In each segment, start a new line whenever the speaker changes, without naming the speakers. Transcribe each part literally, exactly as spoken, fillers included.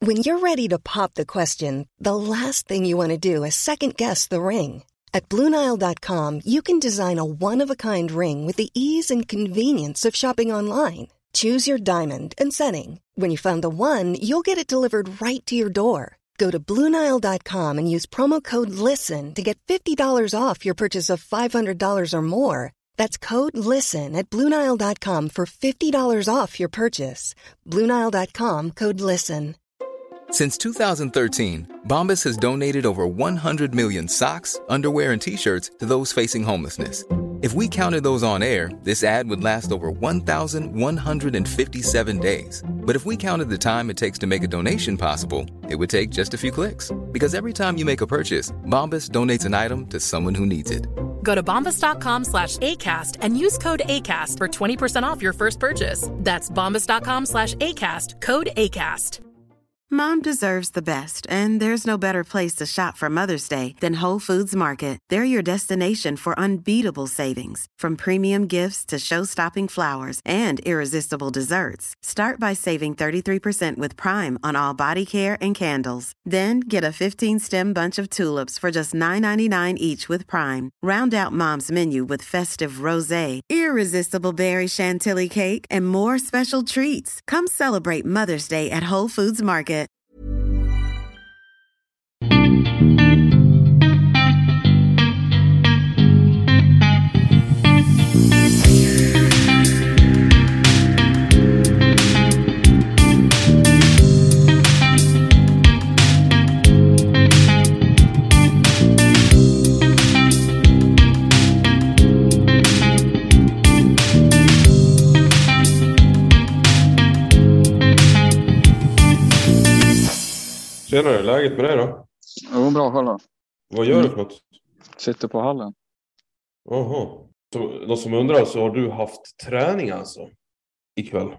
When you're ready to pop the question, the last thing you want to do is second-guess the ring. At Blue Nile dot com, you can design a one-of-a-kind ring with the ease and convenience of shopping online. Choose your diamond and setting. When you find the one, you'll get it delivered right to your door. Go to Blue Nile dot com and use promo code LISTEN to get fifty dollars off your purchase of five hundred dollars or more. That's code LISTEN at Blue Nile dot com for fifty dollars off your purchase. Blue Nile dot com, code LISTEN.
Since two thousand thirteen, Bombas has donated over one hundred million socks, underwear, and T-shirts to those facing homelessness. If we counted those on air, this ad would last over one thousand one hundred fifty-seven days. But if we counted the time it takes to make a donation possible, it would take just a few clicks. Because every time you make a purchase, Bombas donates an item to someone who needs it.
Go to bombas.com slash ACAST and use code ACAST for twenty percent off your first purchase. That's bombas.com slash ACAST, code ACAST.
Mom deserves the best, and there's no better place to shop for Mother's Day than Whole Foods Market. They're your destination for unbeatable savings, from premium gifts to show-stopping flowers and irresistible desserts. Start by saving thirty-three percent with Prime on all body care and candles. Then get a fifteen-stem bunch of tulips for just nine ninety-nine each with Prime. Round out Mom's menu with festive rosé, irresistible berry chantilly cake, and more special treats. Come celebrate Mother's Day at Whole Foods Market.
Tjenare, läget med dig då?
Jo, bra själv.
Vad gör mm. du för något?
Sitter på hallen.
Jaha. Så, de som undrar, så har du haft träning alltså? Ikväll?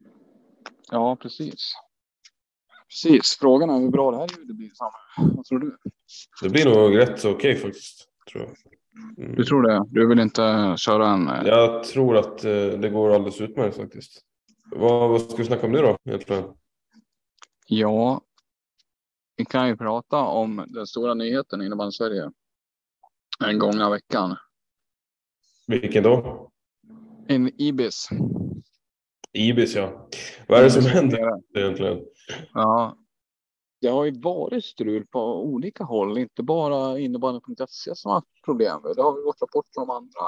Ja, precis. Precis. Frågan är hur bra det här ljudet blir. Vad tror du?
Det blir nog rätt så okej faktiskt, tror jag.
Mm. Du tror det? Du vill inte köra en...
Jag tror att eh, det går alldeles utmärkt faktiskt. Vad, vad ska vi snacka om nu då, egentligen?
Ja... Vi kan ju prata om den stora nyheten inom Sverige en gångna veckan.
Vilken då?
En Ibis.
Ibis, ja. Vad är det som händer egentligen?
Ja, det har ju varit strul på olika håll. Inte bara innebandy punkt se som har haft problem. Det har vi fått rapporter om andra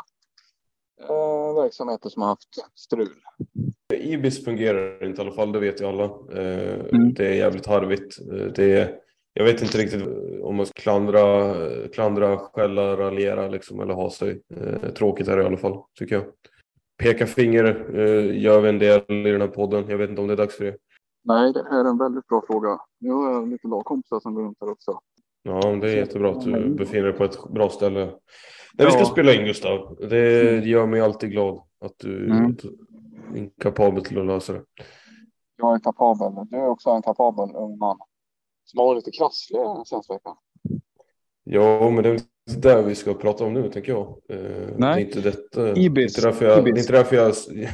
eh, verksamheter som har haft strul.
Ibis fungerar inte i alla fall, det vet ju alla. Eh,
mm.
Det är jävligt harvigt. Det är, jag vet inte riktigt om man ska klandra, klandra skälla, raljera liksom, eller ha sig. Eh, tråkigt är det i alla fall, tycker jag. Peka finger eh, gör vi en del i den här podden. Jag vet inte om det är dags för det.
Nej, det här är en väldigt bra fråga. Nu har jag lite lagkompisar som går runt här också.
Ja, det är jättebra att du befinner dig på ett bra ställe. När vi ska ja. spela in, Gustav, det gör mig alltid glad att du mm. är kapabel till att lösa det.
Jag är kapabel. Du är också en kapabel ung man. Som har varit lite krasslig senaste veckan.
Ja, men det är inte det vi ska prata om nu, tänker jag.
Nej.
Det är inte detta.
Ibis.
Det är därför jag... Det är inte därför jag...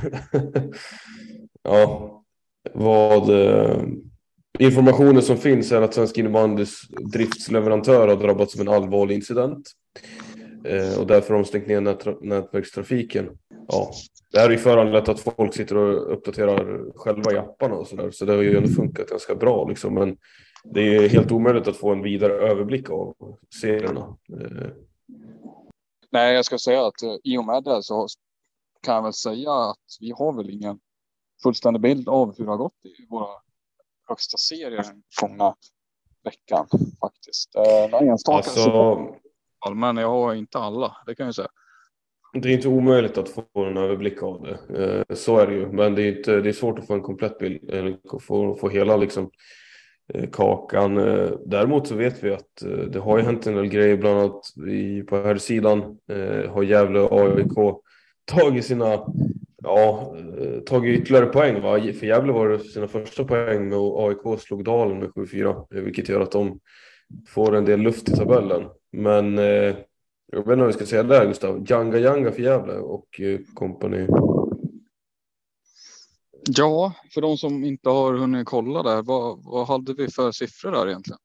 ja. Vad... Eh... Informationen som finns är att Svensk innebandys driftsleverantör har drabbats av en allvarlig incident. Eh, och därför har de stängt ner nät- nätverkstrafiken. Ja, det här är ju föranlett att folk sitter och uppdaterar själva i apparna och sådär. Så det har ju ändå funkat ganska bra liksom. Men det är helt omöjligt att få en vidare överblick av serierna. Eh.
Nej, jag ska säga att uh, i och med det så kan jag väl säga att vi har väl ingen fullständig bild av hur det har gått i våra högsta serier den gångna veckan faktiskt. Uh, enstaka
alltså,
så, men jag har inte alla, det kan jag säga.
Det är inte omöjligt att få en överblick av det. Uh, så är det ju, men det är, inte, det är svårt att få en komplett bild, eller få, få hela liksom kakan. Däremot så vet vi att det har ju hänt en del grejer, bland annat i, på här sidan har Gävle och A I K tagit sina ja, tagit ytterligare poäng, va? För Gävle var det sina första poäng med A I K slog Dalen med sju fyra, vilket gör att de får en del luft i tabellen. Men eh, jag vet inte vad vi ska säga där, Gustav. Janga Janga för Gävle och eh, company.
Ja, för de som inte har hunnit kolla där, vad, vad hade vi för siffror där egentligen?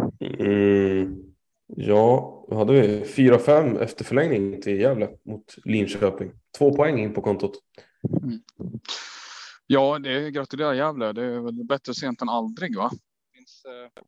Mm. Ja, då hade vi fyra fem efter förlängning till Gävle mot Linköping. Två poäng in på kontot.
Mm. Ja, det är gratulerar Gävle. Det är väl bättre sent än aldrig, va? Finns,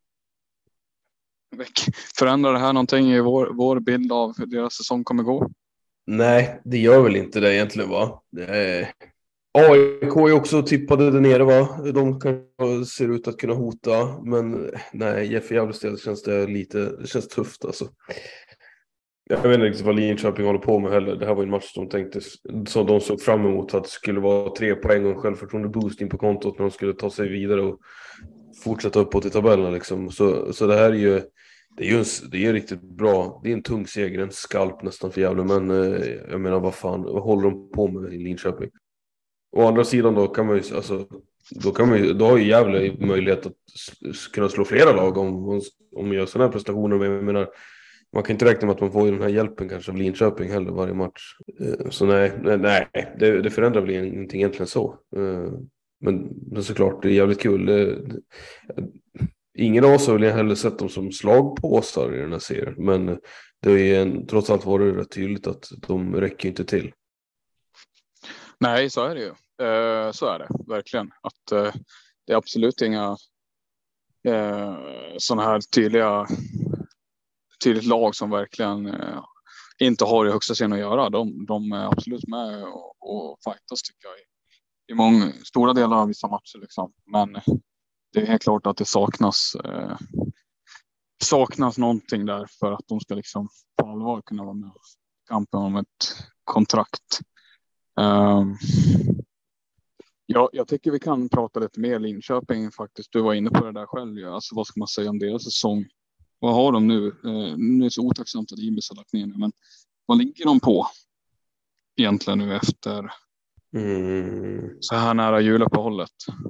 eh... Förändrar det här någonting i vår, vår bild av hur deras säsong kommer gå?
Nej, det gör väl inte det egentligen, va? Eh, A I K är också tippade där nere, va? De kan, ser ut att kunna hota, men nej, för Gävles del känns det lite, det känns tufft alltså. Jag vet inte riktigt vad Linköping håller på med heller. Det här var en match som tänkte, som de såg fram emot att det skulle vara tre poäng och en självförtroende boost in på kontot när de skulle ta sig vidare och fortsätta uppåt i tabellen liksom. Så, så det här är ju, det är ju en, det är riktigt bra. Det är en tung seger, en skalp nästan för Gävle, men eh, jag menar vad fan, vad håller de på med i Linköping? Å andra sidan då kan man ju, alltså, då kan man ju, då har ju Gävle möjlighet att kunna slå flera lag om, om man gör sådana här prestationer. Men jag menar, man kan inte räkna med att man får den här hjälpen kanske av Linköping heller varje match. Så nej, nej, nej det, det förändrar väl ingenting egentligen så. Men, men såklart, det är jävligt kul. Det, ingen av oss har väl heller sett dem som slagpåsar i den här serien. Men det är ju en, trots allt varit rätt tydligt att de räcker inte till.
Nej, så är det ju. Eh, så är det, verkligen. Att eh, det är absolut inga eh, sådana här tydliga tydligt lag som verkligen eh, inte har i högsta scenen att göra. De, de är absolut med och, och fightas tycker jag i, i många stora delar av vissa matcher liksom. Men det är helt klart att det saknas eh, saknas någonting där för att de ska liksom på allvar kunna vara med i kampen om ett kontrakt. Um, ja, jag tycker vi kan prata lite mer Linköping faktiskt. Du var inne på det där själv. Ja. Alltså, vad ska man säga om deras säsong? Vad har de nu? Uh, nu är det så otacksamt att Ibis har lagt ner nu, men vad ligger de på egentligen nu efter mm. så här nära juluppehållet?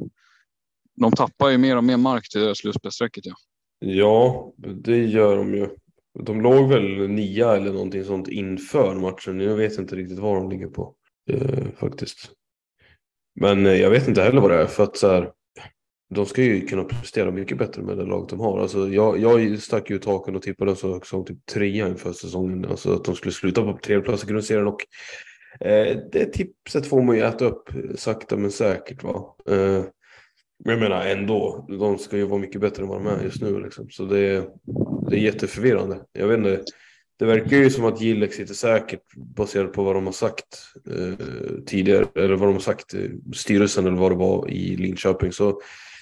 De tappar ju mer och mer mark till det slutspelssträcket. Ja.
Ja, det gör de ju. De låg väl nia eller någonting sånt inför matchen. Jag vet inte riktigt vad de ligger på eh, faktiskt. Men eh, jag vet inte heller vad det är. För att så här, de ska ju kunna prestera mycket bättre med det lag de har. Alltså, jag, jag stack ju taken och tippade så som typ trea inför säsongen. Alltså att de skulle sluta på tredje plats i grundserien. Och eh, det tipset får man ju äta upp sakta men säkert, va? Eh, Men jag menar ändå, de ska ju vara mycket bättre än vad de är just nu liksom. Så det är, det är jätteförvirrande. Jag vet inte, det verkar ju som att Gillex sitter säkert baserat på vad de har sagt eh, tidigare. Eller vad de har sagt i styrelsen eller vad det var i Linköping. Så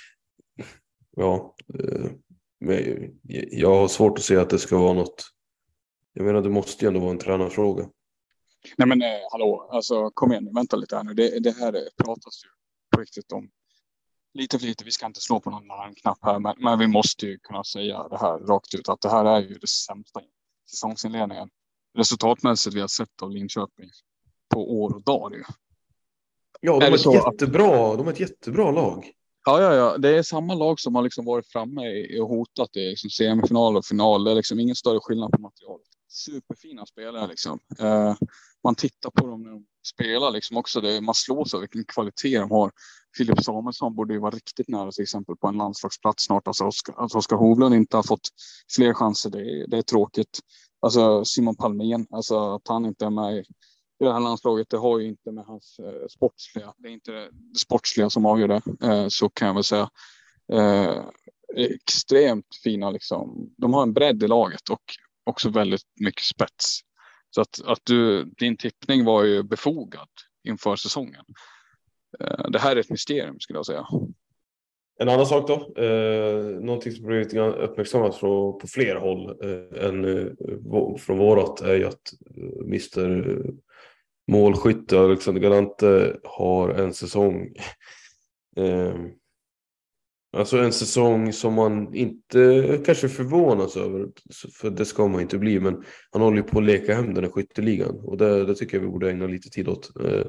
ja, eh, men jag har svårt att se att det ska vara något. Jag menar, det måste ju ändå vara en tränarfråga.
Nej men eh, hallå, alltså kom igen, vänta lite här nu. Det, det här pratas ju på riktigt om. Lite för lite, vi ska inte slå på någon larmknapp här, men, men vi måste ju kunna säga det här rakt ut, att det här är ju det sämsta säsongsinledningen resultatmässigt vi har sett av Linköping på år och dag. Ju.
Ja, de är, är ett jättebra, de är ett jättebra lag.
Ja, ja, ja, det är samma lag som har liksom varit framme och hotat i liksom semifinal och final. Det är liksom ingen större skillnad på materialet. Superfina spelare liksom. Uh, man tittar på dem när de spelar liksom också. Det, man slås av vilken kvalitet de har. Filip Samuelsson borde ju vara riktigt nära till exempel på en landslagsplats snart. Alltså Oskar, alltså Oskar Hovlund inte har fått fler chanser. Det är, det är tråkigt. Alltså Simon Palmén, alltså att han inte är med i det här landslaget, det har ju inte med hans eh, sportsliga. Det är inte det sportsliga som avgör det. Eh, så kan jag väl säga. Eh, extremt fina liksom. De har en bredd i laget och också väldigt mycket spets. Så att, att du, din tippning var ju befogad inför säsongen. Det här är ett mysterium skulle jag säga.
En annan sak då. Eh, någonting som blivit uppmärksammat från, på fler håll eh, än eh, från vårat är ju att eh, mister målskytte Alexander Galante har en säsong. Eh, alltså en säsong som man inte kanske förvånas över. För det ska man inte bli. Men han håller ju på att leka hem den här skytteligan. Och det, det tycker jag vi borde ägna lite tid åt. Eh,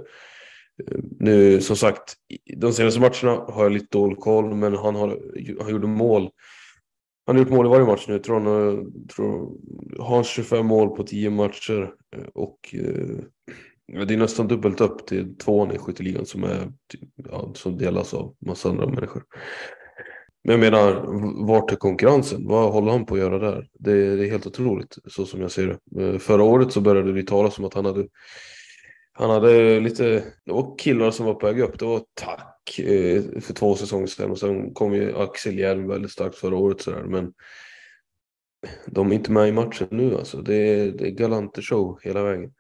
Nu som sagt, de senaste matcherna har jag lite dålig koll, men han har han gjorde mål. Han har gjort mål i varje match nu. Jag tror han tror, har tjugofem mål på tio matcher och Ja, det är nästan dubbelt upp till tvåan i skytteligan som, är, ja, som delas av massa andra människor. Men jag menar, vart är konkurrensen? Vad håller han på att göra där? Det är, det är helt otroligt, så som jag ser det. Förra året så började vi tala om att han hade Han hade lite, det var killar som var på väg upp. Det var tack eh, för två säsonger sedan. Och sen kom ju Axel Hjelm väldigt starkt förra året. Sådär. Men de är inte med i matchen nu. Alltså. Det är, det är galante show hela vägen.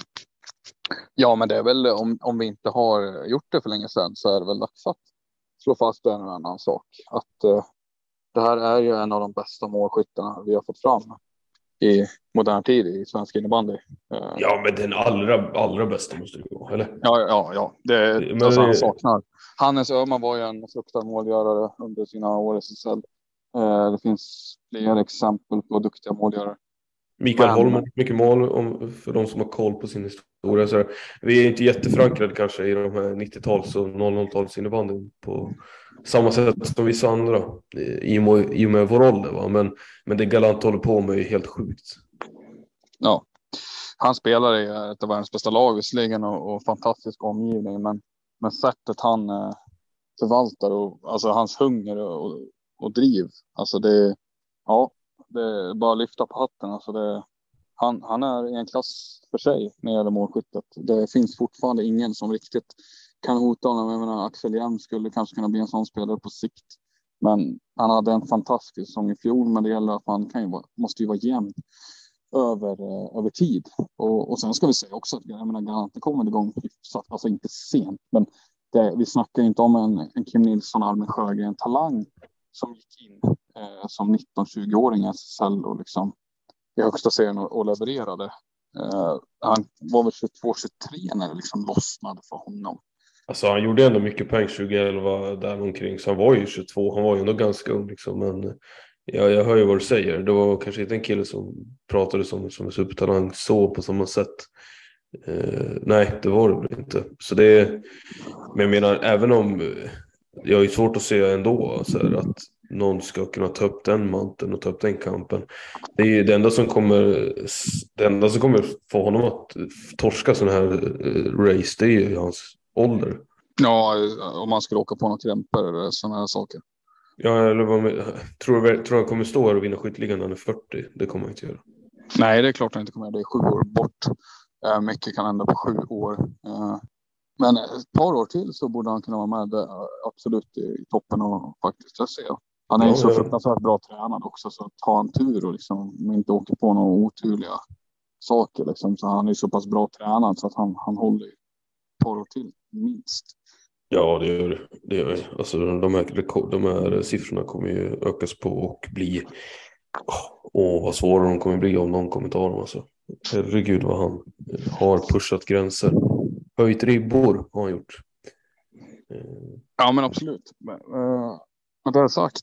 Ja, men det är väl om, om vi inte har gjort det för länge sedan så är det väl dags att slå fast en annan sak. Att eh, det här är ju en av de bästa målskyttarna vi har fått fram i modern tid i svensk innebandy. Uh,
ja, men den allra, allra bästa måste det vara, eller?
Ja, ja, ja. Det,
men
alltså,
det...
han saknar. Hannes Öhman var ju en fruktad målgörare under sina år i S S L. Uh, det finns fler exempel på duktiga målgörare.
Mikael men... Holm har mycket mål om, för de som har koll på sin historia. Så vi är inte jätteförankrade kanske i de här nittio-tals och noll noll-tals innebandyn på samma sätt som vissa andra i och med, i och med vår ålder. Va? Men, men det Galant håller på med är helt sjukt.
Ja, han spelar i ett av världens bästa lag visserligen och, och fantastisk omgivning. Men, men sättet han eh, förvaltar och alltså hans hunger och, och driv. Alltså det, ja, det är bara att lyfta på hatten. Alltså det, han, han är i en klass för sig när det gäller målskyttet. Det finns fortfarande ingen som riktigt kan hota honom. Jag menar, Axel Hjelm skulle kanske kunna bli en sån spelare på sikt. Men han hade en fantastisk säsong i fjol. Men det gäller att man kan ju vara, måste ju vara jämn över, eh, över tid. Och, och sen ska vi säga också att jag menar, Galanten kommer igång hyfsat, alltså inte sent. Men det, vi snackar inte om en, en Kim Nilsson, Albin Sjögren talang som gick in eh, som nitton-tjugo-åring i S S L och liksom i högsta serien och, och levererade. Eh, han var väl tjugotvå tjugotre när det liksom lossnade för honom.
Alltså han gjorde ändå mycket poäng tjugoelva där omkring, så han var ju tjugotvå, han var ju ändå ganska ung liksom, men ja, jag hör ju vad du säger. Det var kanske inte en kille som pratade som, som en supertalang så på samma sätt. Eh, nej, det var det väl inte. Så det är, men jag menar, även om jag är svårt att se ändå så här, att någon ska kunna ta upp den manteln och ta upp den kampen. Det är ju det enda som kommer det enda som kommer få honom att torska sån här race, det är ju hans ålder.
Ja, om man skulle åka på något krämpar eller sådana här saker.
Ja, eller vad med, tror du tror han kommer stå här och vinna skytteligan när han är fyrtio? Det kommer han inte göra.
Nej, det är klart han inte kommer göra. Det är sju år bort. Uh, mycket kan hända på sju år. Uh, men ett par år till så borde han kunna vara med uh, absolut i toppen och faktiskt jag ser. Han är ju ja, så ja. fruktansvärt bra tränad också, så att ha en tur och liksom inte åka på några oturliga saker liksom. Så han är så pass bra tränad så att han, han håller ett par år till minst.
Ja, det gör det. det gör det. Alltså, de, här, de här siffrorna kommer ju ökas på och bli... Åh, vad svåra de kommer bli om någon kommer ta dem. Alltså. Herregud vad han har pushat gränser. Höjt ribbor har han gjort.
Ja, men absolut. Men, uh, med det sagt.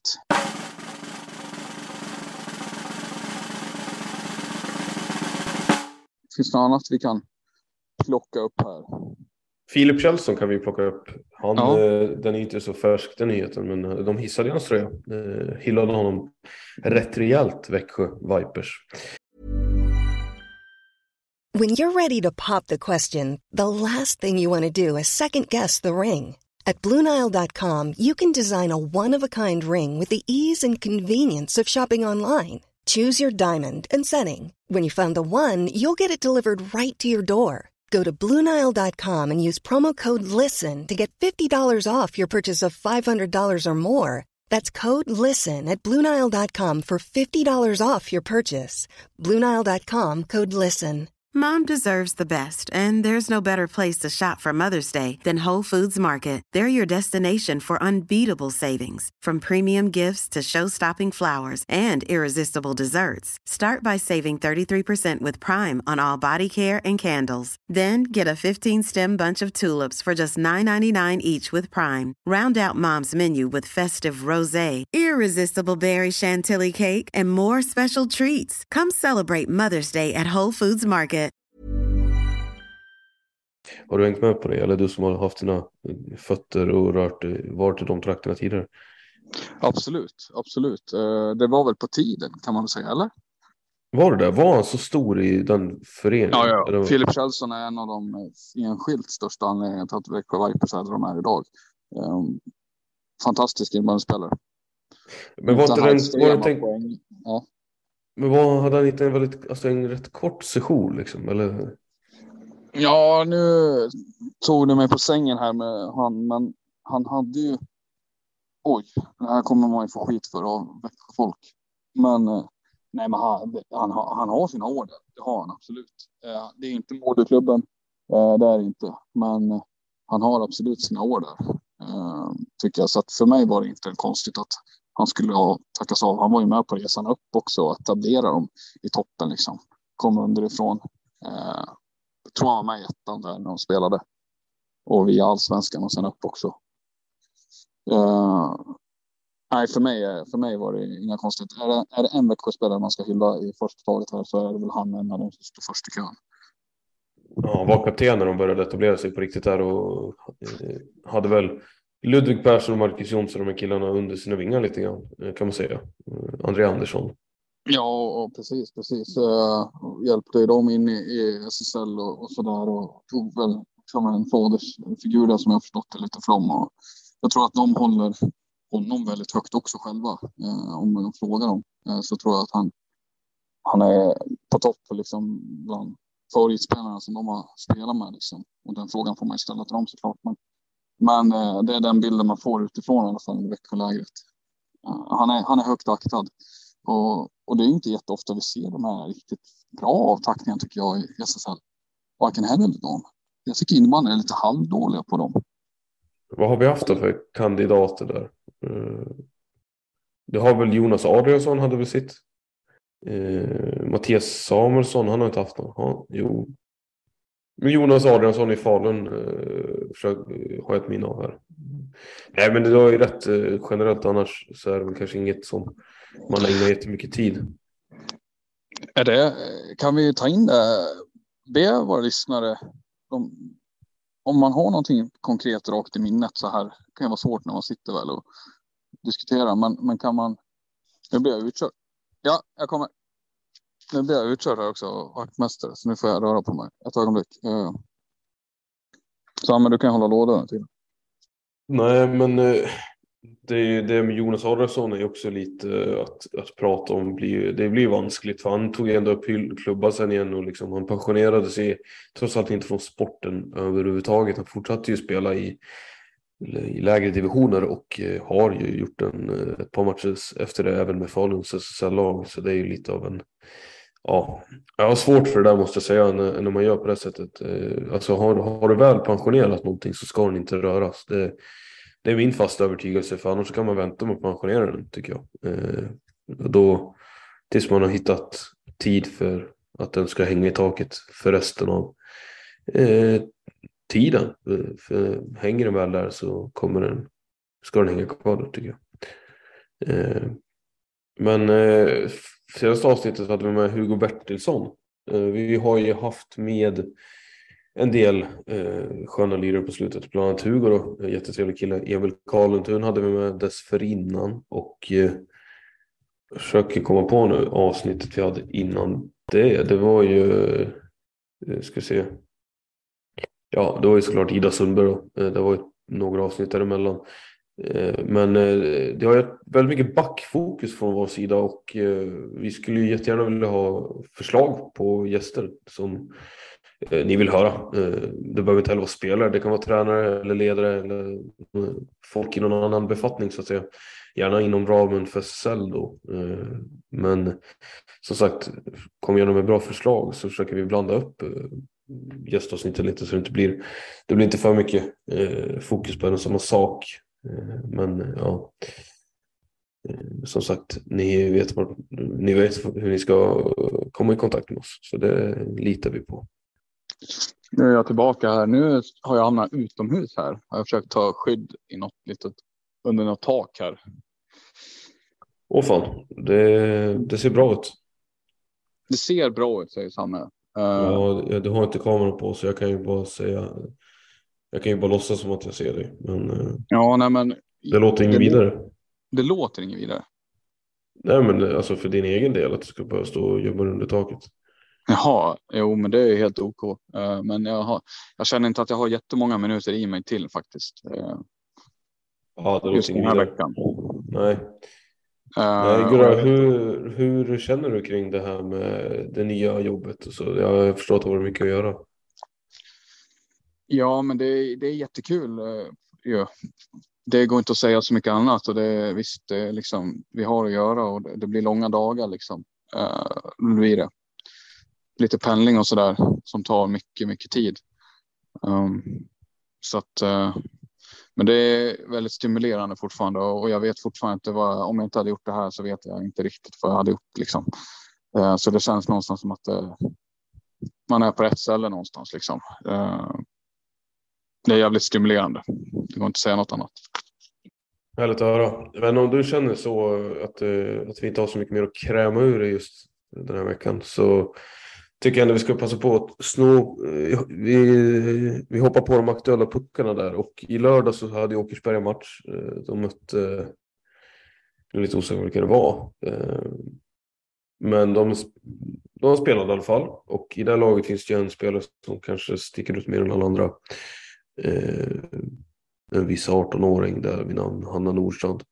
Finns det något annat vi kan plocka upp här?
Filip Kjellson kan vi plocka upp. Han,
ja.
eh, den är inte så färsk den nyheten, men de hissade hans tröja. Eh, hyllade honom rätt rejält, Växjö Vipers.
When you're ready to pop the question, the last thing you want to do is second guess the ring. At Blue Nile dot com you can design a one-of-a-kind ring with the ease and convenience of shopping online. Choose your diamond and setting. When you find the one, you'll get it delivered right to your door. Go to Blue Nile dot com and use promo code LISTEN to get fifty dollars off your purchase of five hundred dollars or more. That's code LISTEN at Blue Nile dot com for fifty dollars off your purchase. Blue Nile dot com, code LISTEN.
Mom deserves the best, and there's no better place to shop for Mother's Day than Whole Foods Market. They're your destination for unbeatable savings, from premium gifts to show-stopping flowers and irresistible desserts. Start by saving thirty-three percent with Prime on all body care and candles. Then get a fifteen-stem bunch of tulips for just nine ninety-nine each with Prime. Round out Mom's menu with festive rosé, irresistible berry chantilly cake, and more special treats. Come celebrate Mother's Day at Whole Foods Market.
Har du hängt med på det? Eller du som har haft dina fötter och rört varit i de trakterna tidigare?
Absolut, absolut. Det var väl på tiden kan man säga, eller?
Var det där? Var han så stor i den föreningen?
Ja, ja.
Eller?
Filip Kjellson är en av de enskilt största anledningarna till att Växjö Vipers är där de är idag. Um, fantastisk inbandyspelare.
Men var inte den, var det tänkt,
poäng. Ja.
men var, hade han inte en väldigt, alltså en rätt kort session liksom, eller?
Ja, nu tog du mig på sängen här med han, men han hade ju, oj, det här kommer man ju få skit för av Växjö folk. Men nej, men han, han, han har sina år där, det har han absolut. Det är inte moderklubben, det är det inte, men han har absolut sina år där, tycker jag. Så att för mig var det inte konstigt att han skulle ha tackas av. Han var ju med på resan upp också och etablera dem i toppen liksom. Kom underifrån. Eh, tror han var med i ettan där när de spelade. Och via allsvenskan och sen upp också. Eh, nej, för mig, för mig var det inga konstigt. Är det, är det en Växjö-spelare man ska hylla i första taget här, så är det väl han en av de som står först i kön.
Ja, han var kapten när de började etablera sig på riktigt där och hade väl Ludvig Persson och Marcus Jonsson, de här killarna under sina vingar lite grann, kan man säga. André Andersson.
Ja, och precis, precis. Uh, hjälpte ju dem in i, i S S L och, och sådär, och tog väl som en fadersfigur där som jag förstått det lite från. Och jag tror att de håller honom väldigt högt också själva. Uh, om man frågar dem uh, så tror jag att han, han är på topp liksom bland favoritspelarna som de har spelat med liksom. Och den frågan får man ju ställa till dem såklart. Men Men eh, det är den bilden man får utifrån i alla fall i Växjölägret. Uh, han, är, han är högt aktad. Och, och det är inte jätteofta vi ser de här riktigt bra avtackningarna tycker jag i S S L. Varken här eller dem. Jag tycker innan är lite halvdåliga på dem.
Vad har vi haft då för kandidater där? Uh, det har väl Jonas Adriansson hade väl sitt. Uh, Mattias Samuelsson, han har inte haft någon. Ja, jo. Men Jonas Adriansson i Falun uh, försöker ha ett minne av här. Nej, men det var ju rätt uh, generellt, annars så är det väl kanske inget som man ägnar jättemycket tid.
Är det, kan vi ta in det? Be våra lyssnare om, om man har någonting konkret rakt i minnet så här. Det kan ju vara svårt när man sitter väl och diskuterar. Men, men kan man... Nu blir jag utkörd. Ja, jag kommer. Nu blir jag utkörd här också, vaktmästare. Så nu får jag röra på mig. Ett ögonblick. Så men du kan hålla lådan till.
Nej, men det, det med Jonas Adolfsson är ju också lite att, att prata om. Blir, det blir vanskligt för han tog ändå upp klubban sen igen och liksom, han pensionerade sig trots allt inte från sporten överhuvudtaget. Han fortsatte ju spela i, i lägre divisioner och har ju gjort en, ett par matcher efter det även med Faluns S S L-lag. Så det är ju lite av en... Ja, jag har svårt för det där måste jag säga när, när man gör på det sättet. Alltså har, har du väl pensionerat någonting så ska den inte röras. Det, det är min fasta övertygelse, för annars kan man vänta med att pensionera den tycker jag. Eh, då, tills man har hittat tid för att den ska hänga i taket för resten av eh, tiden. För hänger den väl där så kommer den, ska den hänga kvar där tycker jag. Eh, men eh, senaste avsnittet hade vi med Hugo Bertilsson. Eh, vi har ju haft med en del eh, sköna lirare på slutet. Bland annat Hugo då, jättetrevlig kille. Emil Karlentun hade vi med dessförinnan. Och eh, försöker komma på nu avsnittet vi hade innan det. Det var ju, eh, ska se. Ja, det var ju såklart Ida Sundberg då. Eh, det var ju några avsnitt däremellan. Eh, men eh, det har ju väldigt mycket backfokus från vår sida. Och eh, vi skulle ju jättegärna vilja ha förslag på gäster som ni vill höra. Det behöver inte heller vara spelare. Det kan vara tränare eller ledare eller folk i någon annan befattning så att säga. Gärna inom ramen för S S L då. Men som sagt, kom gärna med bra förslag så försöker vi blanda upp gästavsnittet lite så det inte blir det blir inte för mycket fokus på en samma sak. Men ja, som sagt, ni vet, ni vet hur ni ska komma i kontakt med oss. Så det litar vi på.
Nu är jag tillbaka här. Nu har jag hamnat utomhus här. Jag har försökt ta skydd i något litet under något tak här.
Åh fan, det, det ser bra ut.
Det ser bra ut, säger Sanne. Uh,
ja, du har inte kameran på så jag kan ju bara säga... Jag kan ju bara låtsas som att jag ser dig. Men,
ja, nej men...
Det låter inget vidare.
Det låter inget vidare.
Nej, men alltså för din egen del att du ska börja stå och jobba under taket.
Jaha, jo men det är helt ok. Uh, men jag, har, jag känner inte att jag har jättemånga minuter i mig till faktiskt. Uh,
Ja, det
just
låter
den här
vidare.
veckan.
Nej.
Uh,
Nej, Gurra, hur, hur känner du kring det här med det nya jobbet? Och så? Jag förstår att det har varit mycket att göra.
Ja, men det, det är jättekul. Uh, ja. Det går inte att säga så mycket annat. Och det, visst, det, liksom, vi har att göra och det, det blir långa dagar. Liksom. Uh, det blir det. Lite pendling och sådär som tar mycket, mycket tid. Um, så att, uh, men det är väldigt stimulerande fortfarande och jag vet fortfarande inte vad, om jag inte hade gjort det här så vet jag inte riktigt vad jag hade gjort liksom. Uh, så det känns någonstans som att uh, man är på rätt ställe någonstans liksom. Uh, det är jävligt stimulerande. Det går inte att säga något annat.
Härligt att höra. Men om du känner så att, uh, att vi inte har så mycket mer att kräma ur det just den här veckan så tycker jag ändå vi ska passa på att snå. Vi, vi hoppar på de aktuella puckarna där. Och i lördag så hade Åkersberga match. De mötte, jag är lite osäker vilka det var. Men de, de spelade i alla fall. Och i det här laget finns det en spelare som kanske sticker ut mer än alla andra. En viss arton-åring där vid namn Hanna Nordstrand.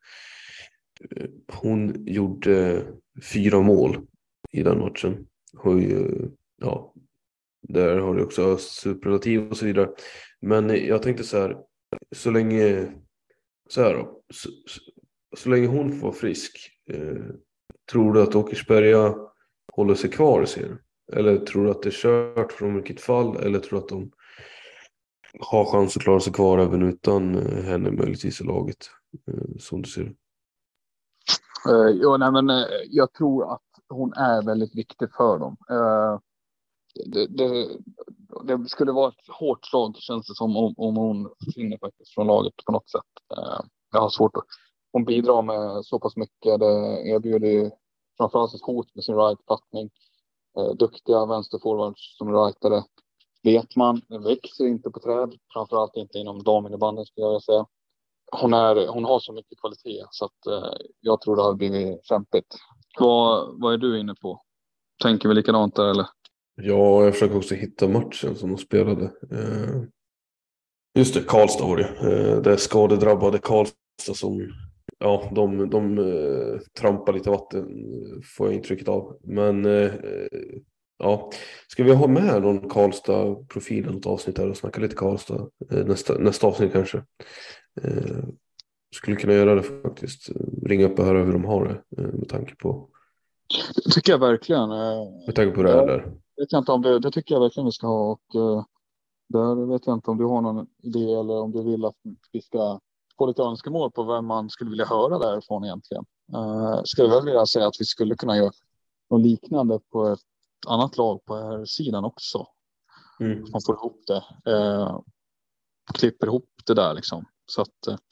Hon gjorde fyra mål i den matchen. Och ja, där har du också superlativ och så vidare. Men jag tänkte så här, så länge så här då, så, så, så länge hon får frisk, eh, tror du att Åkersberga håller sig kvar i serien? Eller tror du att det är kört från vilket fall? Eller tror du att de har chans att klara sig kvar även utan eh, henne möjligtvis i laget? Eh, som du ser.
Uh, ja, nej, men uh, jag tror att hon är väldigt viktig för dem. Uh, det, det, det skulle vara ett hårt slag känns det som om, om hon försvinner faktiskt från laget på något sätt. Uh, jag har svårt att... Hon bidrar med så pass mycket. Det erbjuder framförallt ett hot med sin right-pattning. Uh, duktiga vänsterforwards som rightare. Vet man, den växer inte på träd. Framförallt inte inom daminnerbanden skulle jag säga. Hon, är, hon har så mycket kvalitet så att uh, jag tror det har blivit kämpigt. Vad, vad är du inne på? Tänker vi likadant där eller?
Ja, jag försöker också hitta matchen som de spelade. Uh, just det, Karlstad var det. Uh, det skadedrabbade Karlstad som ja, de, de uh, trampar lite vatten får jag intrycket av. Men uh, ja, ska vi ha med någon Karlstad-profil i något avsnitt här och snacka lite Karlstad uh, nästa, nästa avsnitt kanske? Uh, skulle kunna göra det faktiskt. Ringa upp och höra hur de har det uh, med tanke på
det tycker jag verkligen.
Med tanke på det här där.
Vet jag inte om det, det tycker jag verkligen vi ska ha och uh, där vet jag inte om du har någon idé eller om du vill att vi ska få lite önskemål på vem man skulle vilja höra därifrån egentligen. Uh, skulle jag väl vilja säga att vi skulle kunna göra något liknande på ett annat lag på här sidan också. Mm. Man får ihop det. Uh, klipper ihop det där liksom. Så att uh,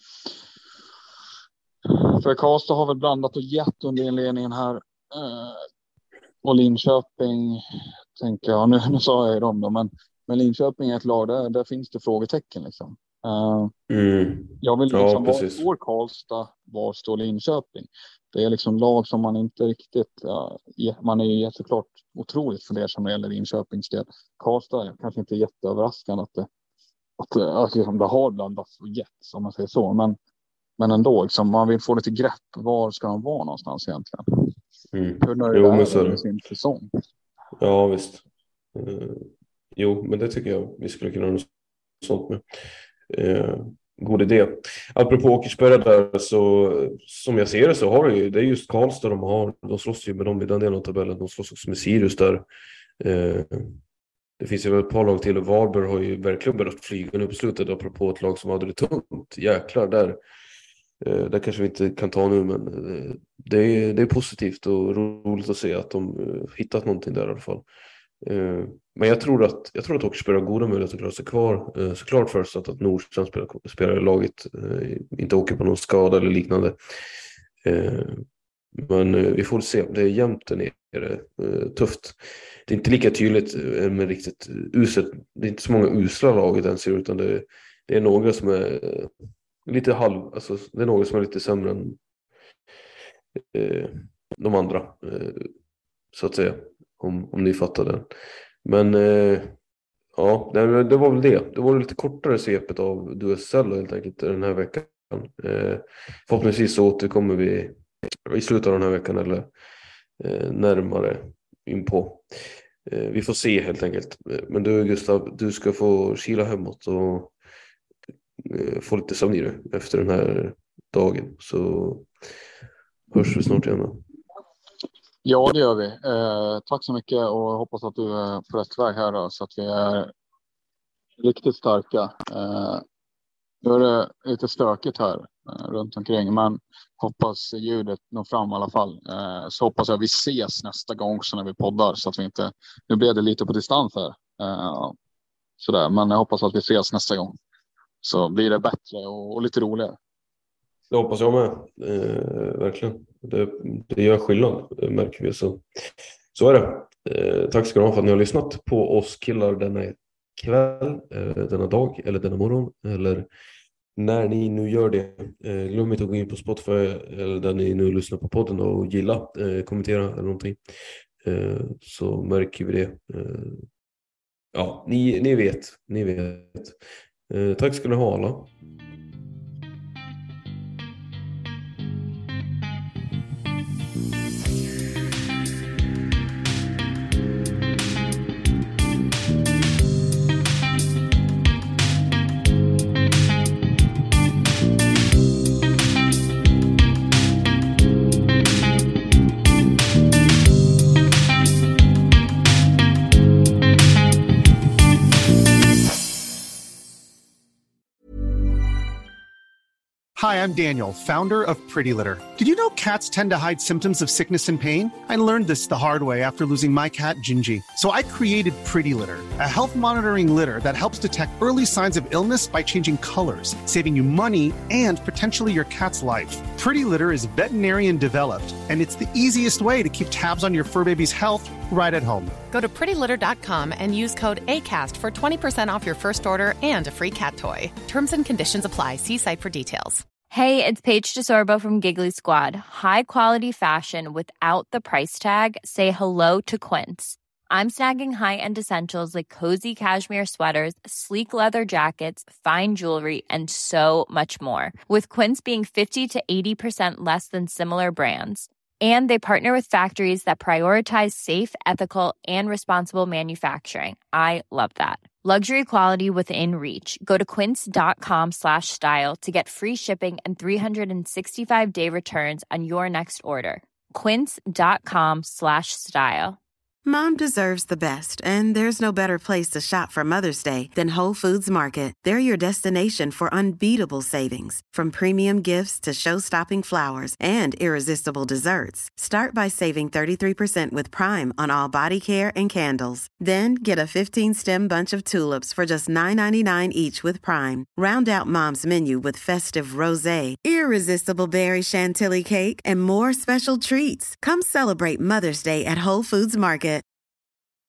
för Karlstad har väl blandat och gett under inledningen här. Uh, och Linköping tänker jag, nu, nu sa jag ju dem då, men, men Linköping är ett lag där, där finns det frågetecken liksom. Uh, mm. Jag vill liksom, ja, var står Karlstad, var står Linköping? Det är liksom lag som man inte riktigt, uh, man är ju jätteklart otroligt för det som det gäller Linköpings del. Karlstad är kanske inte jätteöverraskande att det, att, att liksom det har blandats och gett, om man säger så, men, men ändå, liksom, man vill få lite grepp, var ska de vara någonstans egentligen?
Mm.
Hur nöjd är det med sin säsong?
Ja, visst. Uh, jo, men det tycker jag vi skulle kunna ha något sånt med. Uh, god idé. Apropå Åkersberga där, så som jag ser det så har det ju, det är just Karlstad de har, de slåss ju med dem i den delen av tabellen, de slåss också med Sirius där. Uh, det finns ju ett par lag till och Varberg har ju verkligen börjat flyga nu på slutet apropå ett lag som hade det tungt. Jäklar, där Uh, det kanske vi inte kan ta nu, men uh, det, är, det är positivt och roligt att se att de uh, hittat någonting där i alla fall. Uh, men jag tror att jag tror att Åkersberga har goda möjligheter att klara sig kvar. Uh, såklart först att, att Nordstrand spelar, spelar i laget, uh, inte åker på någon skada eller liknande. Uh, men uh, vi får se. Det är jämnt där nere. Uh, tufft. Det är inte lika tydligt uh, med riktigt uselt. Det är inte så många usla laget än ser, utan det, det är några som är uh, lite halv, alltså det är något som är lite sämre än, eh, de andra. Eh, så att säga. Om, om ni fattar den. Men eh, ja, det, det var väl det. Det var lite kortare svepet av D S L helt enkelt den här veckan. Eh, förhoppningsvis så återkommer vi i slutet av den här veckan eller eh, närmare in på. Eh, vi får se helt enkelt. Men du Gustav, du ska få kila hemåt och eh, få lite sömn i dig efter den här dagen. Så hörs vi snart igen.
Ja, det gör vi. Eh, tack så mycket och hoppas att du är på rätt väg här då, så att vi är riktigt starka. Eh, nu är det lite stökigt här eh, runt omkring, men hoppas ljudet når fram i alla fall. Eh, så hoppas jag vi ses nästa gång också när vi poddar, så att vi inte, nu blev det lite på distans här. Eh, sådär, men jag hoppas att vi ses nästa gång. Så blir det bättre och, och lite roligare.
Det hoppas jag med. Eh, verkligen. Det, det gör skillnad, det märker vi. Så, så är det. Eh, tack ska ni ha för att ni har lyssnat på oss killar denna kväll, eh, denna dag eller denna morgon. Eller när ni nu gör det. Eh, glöm inte att gå in på Spotify eller där ni nu lyssnar på podden och gilla, eh, kommentera eller någonting. Eh, så märker vi det. Eh, ja, ni, ni vet. Ni vet. Eh, tack ska ni ha alla.
Hi, I'm Daniel, founder of Pretty Litter. Did you know cats tend to hide symptoms of sickness and pain? I learned this the hard way after losing my cat, Gingy. So I created Pretty Litter, a health monitoring litter that helps detect early signs of illness by changing colors, saving you money and potentially your cat's life. Pretty Litter is veterinarian developed, and it's the easiest way to keep tabs on your fur baby's health right at home.
Go to pretty litter dot com and use code ACAST for twenty percent off your first order and a free cat toy. Terms and conditions apply. See site for details.
Hey, it's Paige DeSorbo from Giggly Squad. High quality fashion without the price tag. Say hello to Quince. I'm snagging high-end essentials like cozy cashmere sweaters, sleek leather jackets, fine jewelry, and so much more. With Quince being fifty to eighty percent less than similar brands. And they partner with factories that prioritize safe, ethical, and responsible manufacturing. I love that. Luxury quality within reach. Go to quince.com slash style to get free shipping and three sixty-five day returns on your next order. Quince.com slash style.
Mom deserves the best, and there's no better place to shop for Mother's Day than Whole Foods Market. They're your destination for unbeatable savings, from premium gifts to show-stopping flowers and irresistible desserts. Start by saving thirty-three percent with Prime on all body care and candles. Then get a fifteen-stem bunch of tulips for just nine ninety-nine each with Prime. Round out Mom's menu with festive rosé, irresistible berry chantilly cake, and more special treats. Come celebrate Mother's Day at Whole Foods Market.